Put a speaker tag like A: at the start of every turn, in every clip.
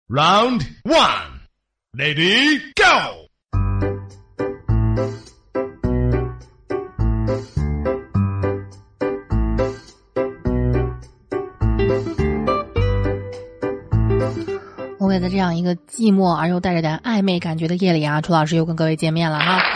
A: Round 1, Lady Go!
B: OK， 在这样一个寂寞而又带着点暧昧感觉的夜里啊，楚老师又跟各位见面了哈。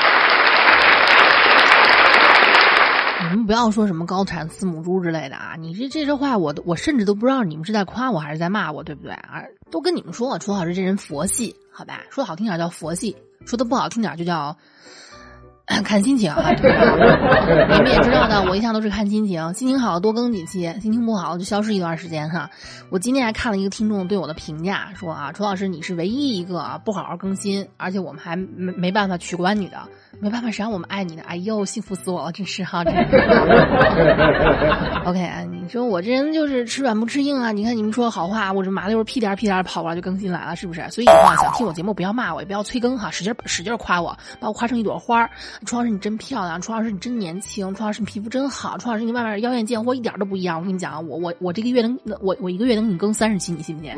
B: 你们不要说什么高产四母猪之类的啊！你这话我甚至都不知道你们是在夸我还是在骂我，对不对啊？都跟你们说了，楚老师这人佛系，好吧？说的好听点叫佛系，说的不好听点就叫看心情啊。你们也知道的，我一向都是看心情，心情好多更几期，心情不好就消失一段时间哈。我今天还看了一个听众对我的评价，说啊，楚老师你是唯一一个不好好更新，而且我们还没办法取关你的。没办法，谁让我们爱你的？哎呦，幸福死我了，真是哈！OK 啊，你说我这人就是吃软不吃硬啊！你看你们说好话，我这麻溜屁颠屁颠跑过来就更新来了，是不是？所以话想听我节目不要骂我，也不要催更哈，使劲夸我，把我夸成一朵花。楚老师你真漂亮，楚老师你真年轻，楚老师你皮肤真好，楚老师你外面妖艳贱货一点都不一样。我跟你讲，我这个月我一个月能给你更30期，你信不信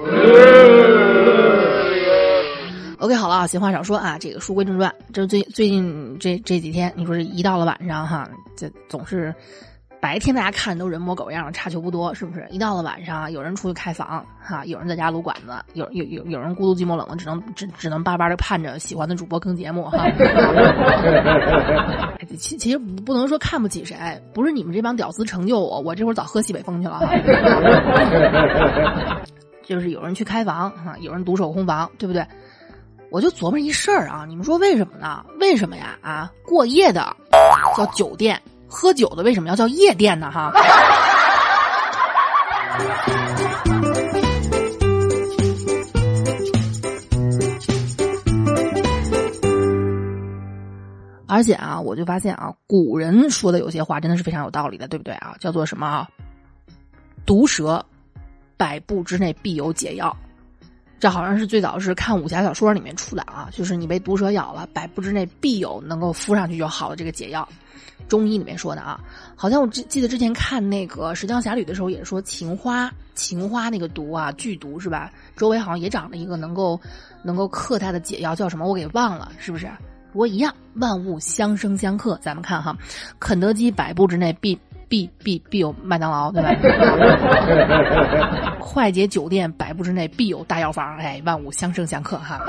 B: ？OK， 好了啊，闲话少说啊，这个书归正传，这最近这几天，你说这一到了晚上哈，这总是白天大家看都人模狗样，差球不多，是不是？一到了晚上，有人出去开房哈，有人在家撸管子，有人孤独寂寞冷的，只能巴巴的盼着喜欢的主播更节目哈。其实不能说看不起谁，不是你们这帮屌丝成就我这会儿早喝西北风去了哈。就是有人去开房哈，有人独守空房，对不对？我就琢磨一事儿啊，你们说为什么呢？为什么呀？啊，过夜的叫酒店，喝酒的为什么要叫夜店呢？哈。而且啊，我就发现啊，古人说的有些话真的是非常有道理的，对不对啊？叫做什么啊？毒蛇100步之内必有解药。这好像是最早是看武侠小说里面出的啊，就是你被毒蛇咬了，100步之内必有能够敷上去就好的这个解药。中医里面说的啊，好像我记得之前看那个《神雕侠侣》的时候也说芹花那个毒啊，剧毒是吧？周围好像也长了一个能够克它的解药，叫什么我给忘了，是不是？不过一样，万物相生相克。咱们看哈，肯德基100步之内必有麦当劳，对吧？快捷酒店100步之内必有大药房，哎，万物相生相克哈。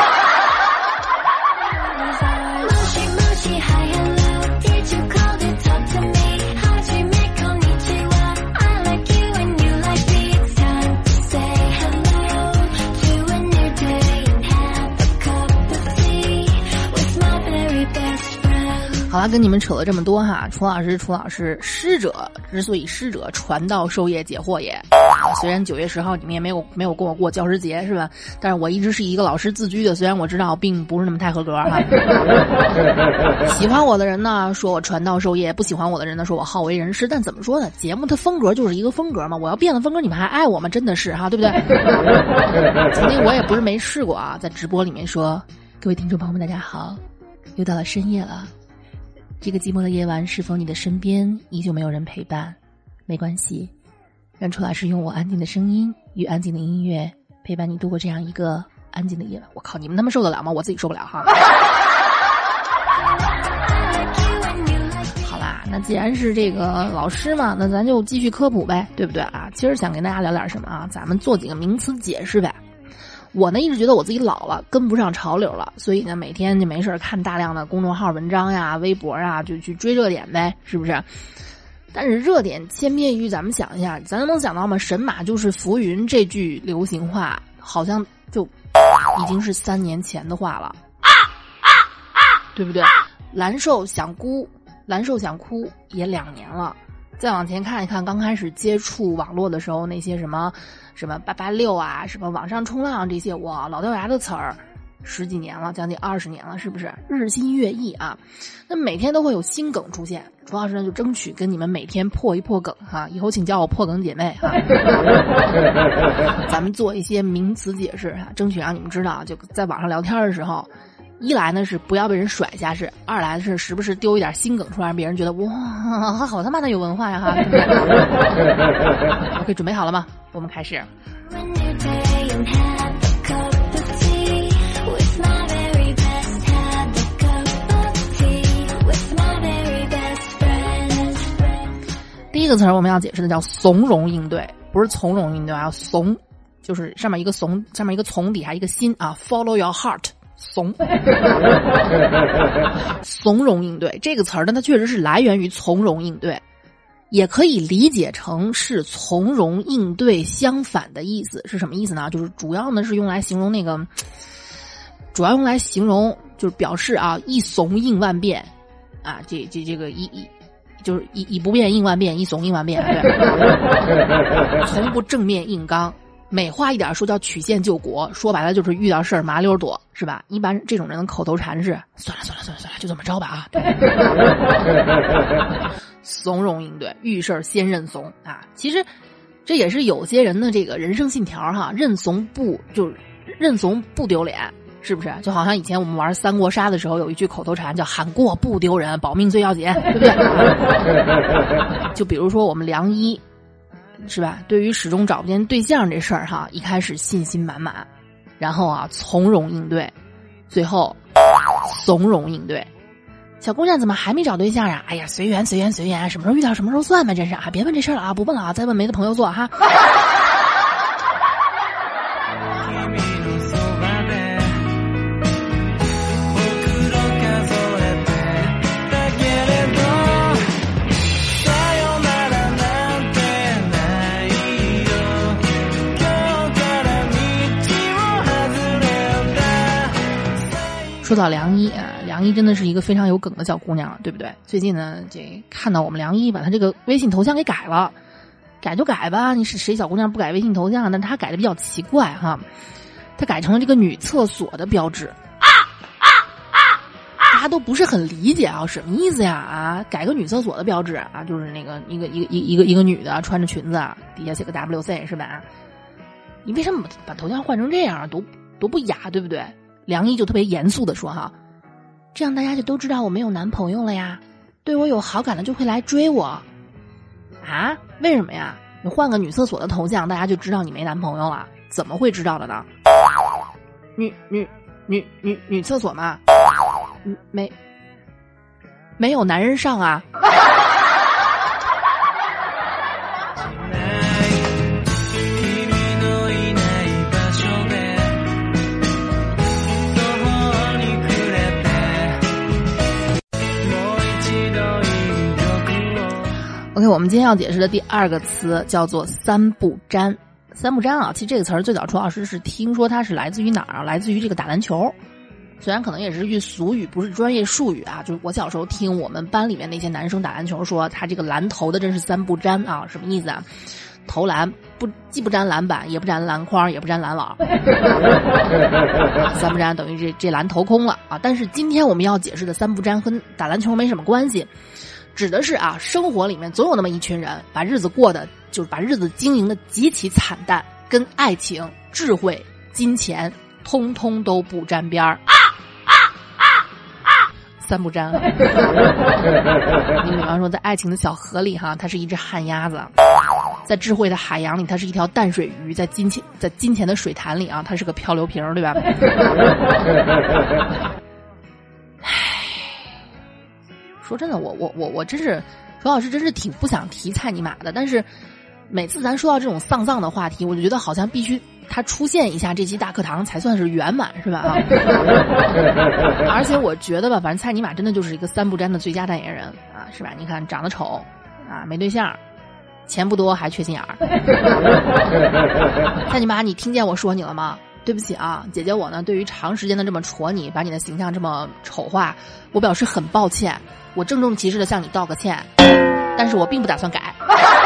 B: 好了，跟你们扯了这么多哈，楚老师，师者之所以师者，传道授业解惑也。虽然9月10号你们也没有跟我过教师节是吧？但是我一直是一个老师自居的，虽然我知道并不是那么太合格哈。喜欢我的人呢说我传道授业，不喜欢我的人呢说我好为人师，但怎么说呢？节目它风格就是一个风格嘛，我要变了风格，你们还爱我吗？真的是哈，对不对？曾经我也不是没试过啊，在直播里面说，各位听众朋友们大家好，又到了深夜了。这个寂寞的夜晚，是否你的身边依旧没有人陪伴？没关系，让楚老师用我安静的声音与安静的音乐陪伴你度过这样一个安静的夜晚。我靠，你们他妈受得了吗？我自己受不了哈。好啦，那既然是这个老师嘛，那咱就继续科普呗，对不对啊？今儿想跟大家聊点什么啊？咱们做几个名词解释呗。我呢一直觉得我自己老了，跟不上潮流了，所以呢每天就没事看大量的公众号文章呀、微博啊，就去追热点呗，是不是？但是热点千篇一律，咱们想一下，咱能想到吗？神马就是浮云这句流行话，好像就已经是3年前的话了，对不对？蓝瘦想哭也2年了。再往前看一看，刚开始接触网络的时候，那些什么886啊，什么网上冲浪这些，哇，老掉牙的词儿，10几年了，将近20年了，是不是？日新月异啊，那每天都会有新梗出现。楚老师呢就争取跟你们每天破一破梗哈，以后请叫我破梗姐妹哈。咱们做一些名词解释哈，争取让你们知道，就在网上聊天的时候。一来呢是不要被人甩下去，二来是时不时丢一点新梗出来，让别人觉得哇，好他妈的有文化呀哈！对不对？OK， 准备好了吗？我们开始。 个词儿我们要解释的叫从容应对，不是从容应对啊，从就是上面一个从，上面一个从，底下一个心啊 ，follow your heart， 从从容应对这个词儿呢，它确实是来源于从容应对，也可以理解成是从容应对相反的意思。是什么意思呢？就是主要呢是用来形容那个，主要用来形容就是表示啊一怂应万变啊，这个就是以不变应万变，一怂应万变，对，从不正面硬刚。美化一点说叫曲线救国，说白了就是遇到事儿麻溜躲，是吧？一般这种人的口头禅是算了，就这么着吧啊。从容应对，遇事先认怂啊。其实这也是有些人的这个人生信条哈，认怂不丢脸，是不是？就好像以前我们玩三国杀的时候有一句口头禅叫喊过不丢人，保命最要紧，对不对？就比如说我们梁一，是吧？对于始终找不见对象这事儿哈，一开始信心满满，然后啊从容应对，最后从容应对。小姑娘怎么还没找对象啊？哎呀，随缘，什么时候遇到什么时候算吧，真是啊！别问这事儿了啊，不问了啊，再问没的朋友做哈。说到梁一啊，梁一真的是一个非常有梗的小姑娘，对不对？最近呢，这看到我们梁一把她这个微信头像给改了，改就改吧，你是谁小姑娘不改微信头像？但她改的比较奇怪哈，她改成了这个女厕所的标志，大家都不是很理解啊，什么意思呀？啊，改个女厕所的标志啊，就是那个一个女的穿着裙子，底下写个 WC 是吧？你为什么把头像换成这样，多不雅，对不对？梁一就特别严肃的说哈，这样大家就都知道我没有男朋友了呀，对我有好感的就会来追我啊？为什么呀？你换个女厕所的头像，大家就知道你没男朋友了？怎么会知道的呢？女厕所嘛，没有男人上啊。OK， 我们今天要解释的第二个词叫做三不沾。三不沾啊，其实这个词儿最早朱老师是听说它是来自于哪儿啊？来自于这个打篮球。虽然可能也是句俗语，不是专业术语啊，就是我小时候听我们班里面那些男生打篮球说，他这个篮投的真是三不沾啊，什么意思啊？投篮既不沾篮板，也不沾篮筐，也不沾篮网，三不沾等于这篮投空了啊！但是今天我们要解释的三不沾和打篮球没什么关系。指的是啊，生活里面总有那么一群人，把日子经营的极其惨淡，跟爱情、智慧、金钱通通都不沾边儿。三不沾。你比方说，在爱情的小河里哈，它是一只旱鸭子；在智慧的海洋里，它是一条淡水鱼；在金钱的水潭里啊，它是个漂流瓶，对吧？说真的，我真是，何老师真是挺不想提蔡尼玛的，但是每次咱说到这种丧的话题，我就觉得好像必须他出现一下这期大课堂才算是圆满，是吧？啊！而且我觉得吧，反正蔡尼玛真的就是一个三不沾的最佳代言人啊，是吧？你看长得丑啊，没对象，钱不多，还缺心眼儿。蔡尼玛，你听见我说你了吗？对不起啊，姐姐我呢，对于长时间的这么戳你，把你的形象这么丑化，我表示很抱歉，我郑重其事的向你道个歉，但是我并不打算改。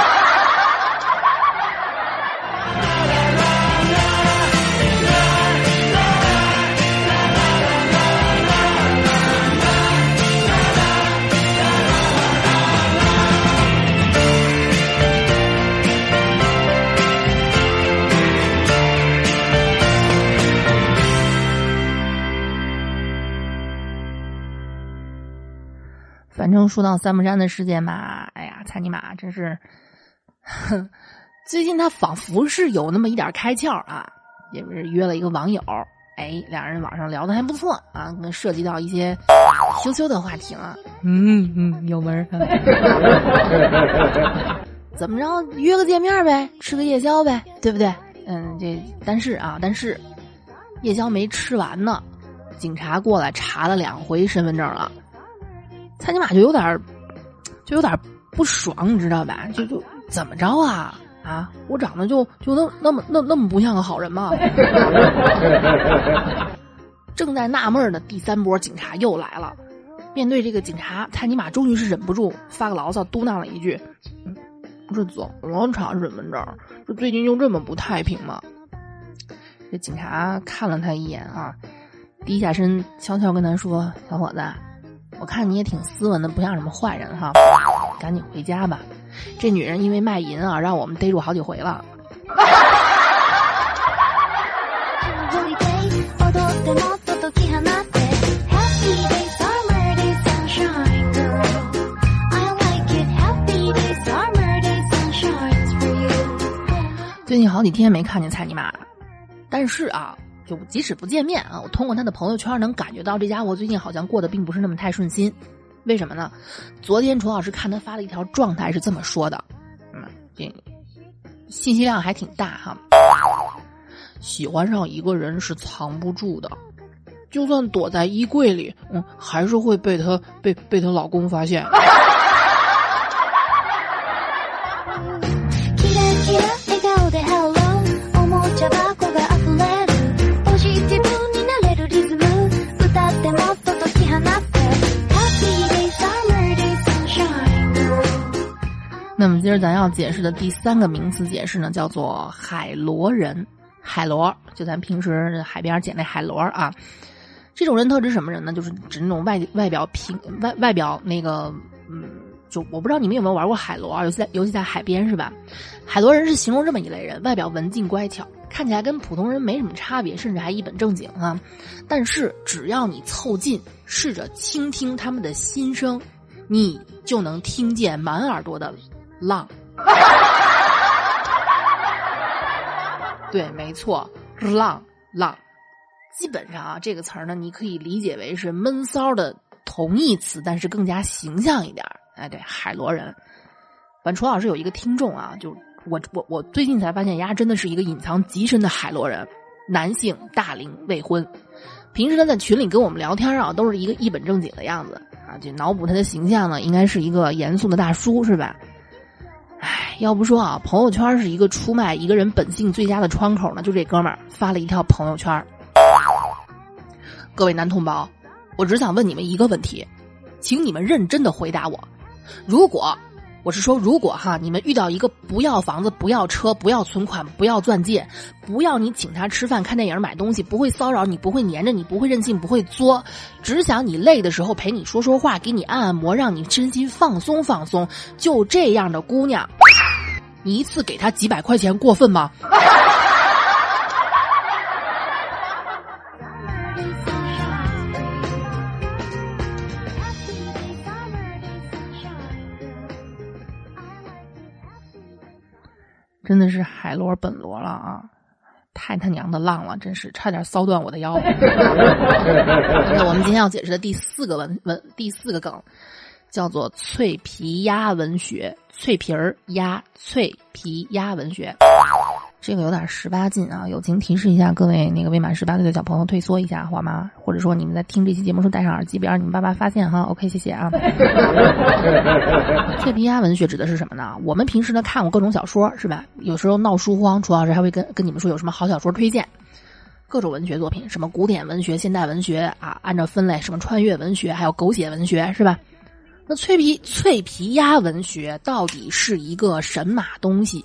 B: 反正说到三不沾的事件嘛，哎呀，蔡尼玛真是，最近他仿佛是有那么一点开窍啊，也是约了一个网友，哎，两人网上聊得还不错啊，涉及到一些羞羞的话题了，有门儿。 怎么着约个见面呗，吃个夜宵呗，对不对？但是夜宵没吃完呢，警察过来查了2回身份证了，蔡尼玛就有点不爽，你知道吧？就怎么着啊？我长得就那么不像个好人吗？正在纳闷的第3波警察又来了，面对这个警察，蔡尼玛终于是忍不住发个牢骚，嘟囔了一句：“这怎么查身份证？这最近就这么不太平吗？”这警察看了他一眼低下身悄悄跟他说：“小伙子，我看你也挺斯文的，不像什么坏人哈，赶紧回家吧。这女人因为卖淫让我们逮住好几回了。”最近好几天没看见蔡尼玛了，但是就即使不见面我通过他的朋友圈能感觉到这家伙最近好像过得并不是那么太顺心。为什么呢？昨天楚老师看他发了一条状态是这么说的，这信息量还挺大喜欢上一个人是藏不住的，就算躲在衣柜里，还是会被她老公发现。那么今儿咱要解释的第3个名词解释呢，叫做海螺人。海螺就咱平时海边捡那海螺这种人特指什么人呢？就是指那种外表那个就我不知道你们有没有玩过海螺尤其在海边是吧？海螺人是形容这么一类人，外表文静乖巧，看起来跟普通人没什么差别，甚至还一本正经但是只要你凑近，试着倾听他们的心声，你就能听见满耳朵的浪。对，没错，浪。基本上这个词儿呢，你可以理解为是闷骚的同义词，但是更加形象一点。对，海螺人。反正楚老师有一个听众就我最近才发现，丫真的是一个隐藏极深的海螺人，男性，大龄，未婚。平时他在群里跟我们聊天都是一个一本正经的样子就脑补他的形象呢，应该是一个严肃的大叔，是吧？要不说朋友圈是一个出卖一个人本性最佳的窗口呢，就这哥们儿发了一条朋友圈。各位男同胞，我只想问你们一个问题，请你们认真的回答我。如果你们遇到一个不要房子、不要车、不要存款、不要钻戒，不要你请他吃饭、看电影、买东西，不会骚扰你，不会黏着你，不会任性，不会作，只想你累的时候陪你说说话，给你按按摩，让你身心放松放松，就这样的姑娘，你一次给她几百块钱过分吗？真的是海螺本螺了太他娘的浪了，真是差点骚断我的腰。我们今天要解释的第4个梗叫做脆皮鸭文学。脆皮鸭文学，这个有点18禁友情提示一下各位那个未满18岁的小朋友退缩一下好吗？或者说你们在听这期节目时戴上耳机，别让你们爸爸发现OK， 谢谢脆皮鸭文学指的是什么呢？我们平时呢看过各种小说是吧？有时候闹书荒，楚老师还会跟你们说有什么好小说推荐。各种文学作品，什么古典文学、现代文学按照分类，什么穿越文学，还有狗血文学是吧？那脆皮鸭文学到底是一个神马东西？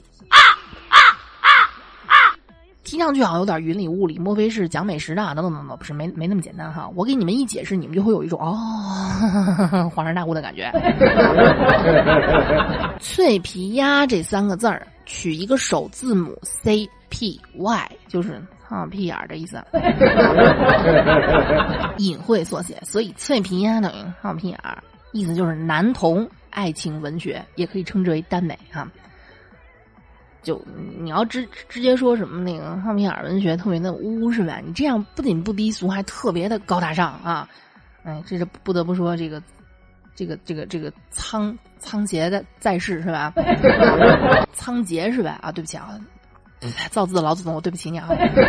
B: 听上去好像有点云里雾里，莫非是讲美食的？等，不是，没那么简单我给你们一解释，你们就会有一种恍然大悟的感觉。脆皮鸭这3个字儿取一个首字母 CPY， 就是屁眼儿的意思，隐晦缩写，所以脆皮鸭等于屁眼儿。意思就是男同爱情文学，也可以称之为耽美就你要直接说什么那个放屁眼文学特别的污是吧？你这样不仅不低俗，还特别的高大上这是不得不说这个这个仓颉在世是吧？仓颉是吧？啊，对不起啊，造字的老祖宗，我对不起你啊。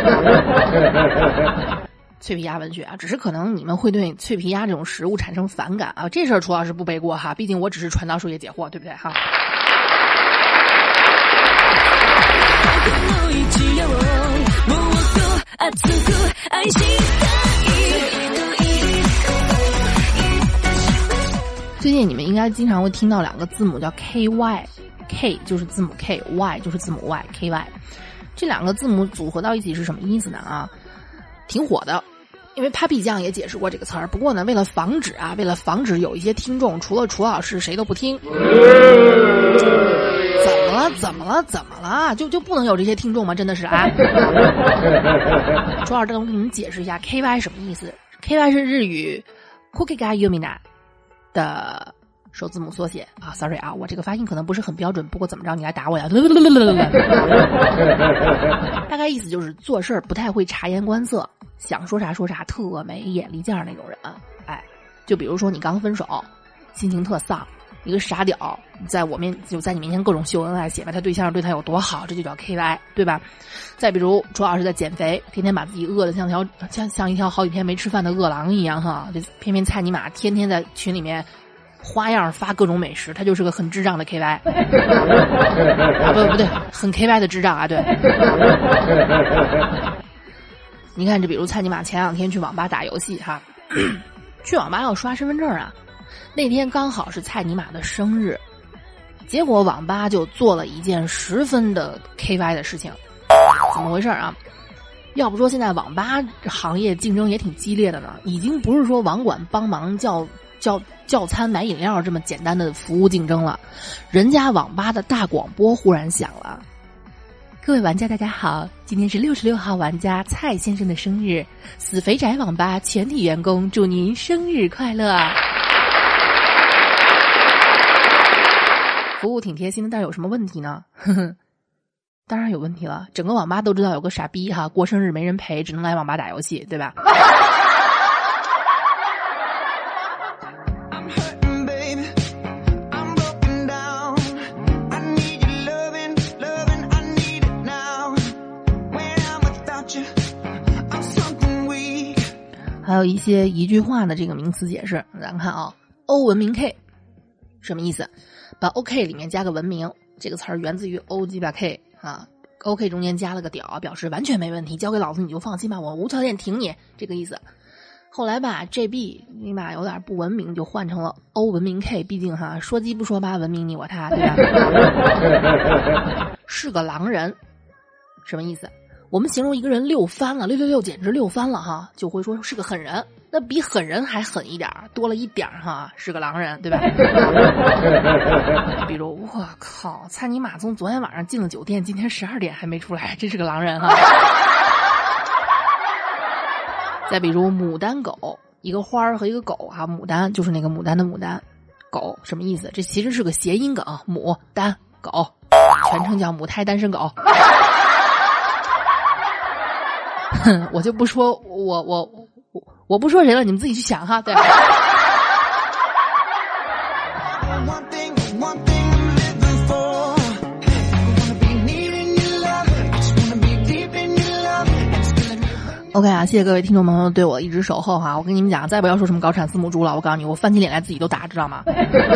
B: 脆皮鸭文学啊，只是可能你们会对脆皮鸭这种食物产生反感啊，这事儿楚老师不背锅哈，毕竟我只是传道授业解惑，对不对哈？最近你们应该经常会听到两个字母叫 KY，K 就是字母 K，Y 就是字母 Y，KY 这两个字母组合到一起是什么意思呢？啊，挺火的。因为 Papi 酱也解释过这个词儿，不过呢，为了防止有一些听众除了楚老师谁都不听，怎么了？就不能有这些听众吗？真的是啊！楚老师跟你们解释一下 KY 什么意思 ？KY 是日语 Kokiga Yumina 的首字母缩写啊 ，sorry 啊，我这个发音可能不是很标准，不过怎么着你来打我呀？大概意思就是做事儿不太会察言观色，想说啥说啥，特没眼力见儿那种人。哎，就比如说你刚分手，心情特丧，一个傻屌在你面前各种秀恩爱，显摆他对象对他有多好，这就叫 KY， 对吧？再比如楚老师在减肥，天天把自己饿得像一条好几天没吃饭的饿狼一样哈，这偏偏蔡尼玛天天在群里面花样发各种美食，他就是个很智障的 KY 啊，不对，很 KY 的智障啊，对。你看，这比如蔡尼玛前2天去网吧打游戏哈，去网吧要刷身份证啊，那天刚好是蔡尼玛的生日，结果网吧就做了一件十分的 KY 的事情，怎么回事啊？要不说现在网吧行业竞争也挺激烈的呢，已经不是说网管帮忙叫餐买饮料这么简单的服务竞争了，人家网吧的大广播忽然响了。各位玩家大家好，今天是66号玩家蔡先生的生日，死肥宅网吧全体员工祝您生日快乐。服务挺贴心的，但是有什么问题呢？当然有问题了，整个网吧都知道有个傻逼哈，过生日没人陪，只能来网吧打游戏，对吧？还有一些一句话的这个名词解释，咱看啊 ，O 文明 K 什么意思？把 OK 里面加个文明，这个词儿源自于 O 鸡巴 K 啊 ，OK 中间加了个屌，表示完全没问题，交给老子你就放心吧，我无条件挺你，这个意思。后来吧 ，JB 你把有点不文明，就换成了 O 文明 K， 毕竟哈说鸡不说八，文明你我他，对吧？是个狼人，什么意思？我们形容一个人溜翻了，666简直溜翻了哈，就会说是个狠人。那比狠人还狠一点，多了一点哈，是个狼人，对吧？比如我靠，蔡尼玛从昨天晚上进了酒店，今天12点还没出来，这是个狼人哈。再比如牡丹狗，一个花儿和一个狗啊，牡丹就是那个牡丹的牡丹，狗什么意思？这其实是个谐音梗，牡丹狗，全称叫母胎单身狗。我就不说我不说谁了，你们自己去想哈。对。OK 啊，谢谢各位听众朋友对我一直守候哈。我跟你们讲，再不要说什么高产字母猪了，我告诉你，我翻起脸来自己都打，知道吗？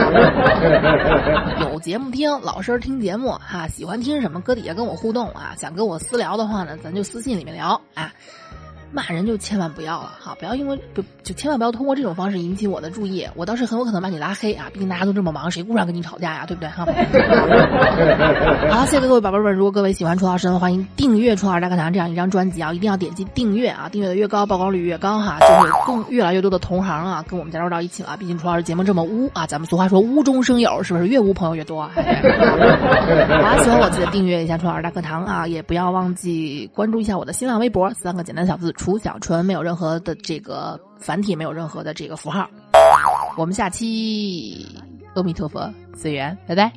B: 有节目听，老实听节目哈。喜欢听什么，搁底下跟我互动啊。想跟我私聊的话呢，咱就私信里面聊啊。骂人就千万不要了哈，不要因为就千万不要通过这种方式引起我的注意，我倒是很有可能把你拉黑啊，毕竟大家都这么忙，谁顾上跟你吵架呀，对不对哈？好，谢谢各位宝贝们，如果各位喜欢楚老师的话，欢迎订阅楚老师大课堂这样一张专辑啊，一定要点击订阅啊，订阅的越高曝光率越高哈，就会有越来越多的同行啊跟我们加入到一起了，毕竟楚老师节目这么污啊，咱们俗话说污中生有，是不是越污朋友越多啊？好，喜欢我记得订阅一下楚老师大课堂啊，也不要忘记关注一下我的新浪微博，3个简单的小字楚小纯，没有任何的这个繁体，没有任何的这个符号。我们下期阿弥陀佛，随缘，拜拜。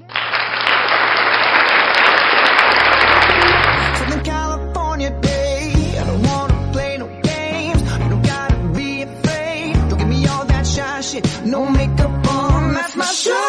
C: No makeup on off my shirt.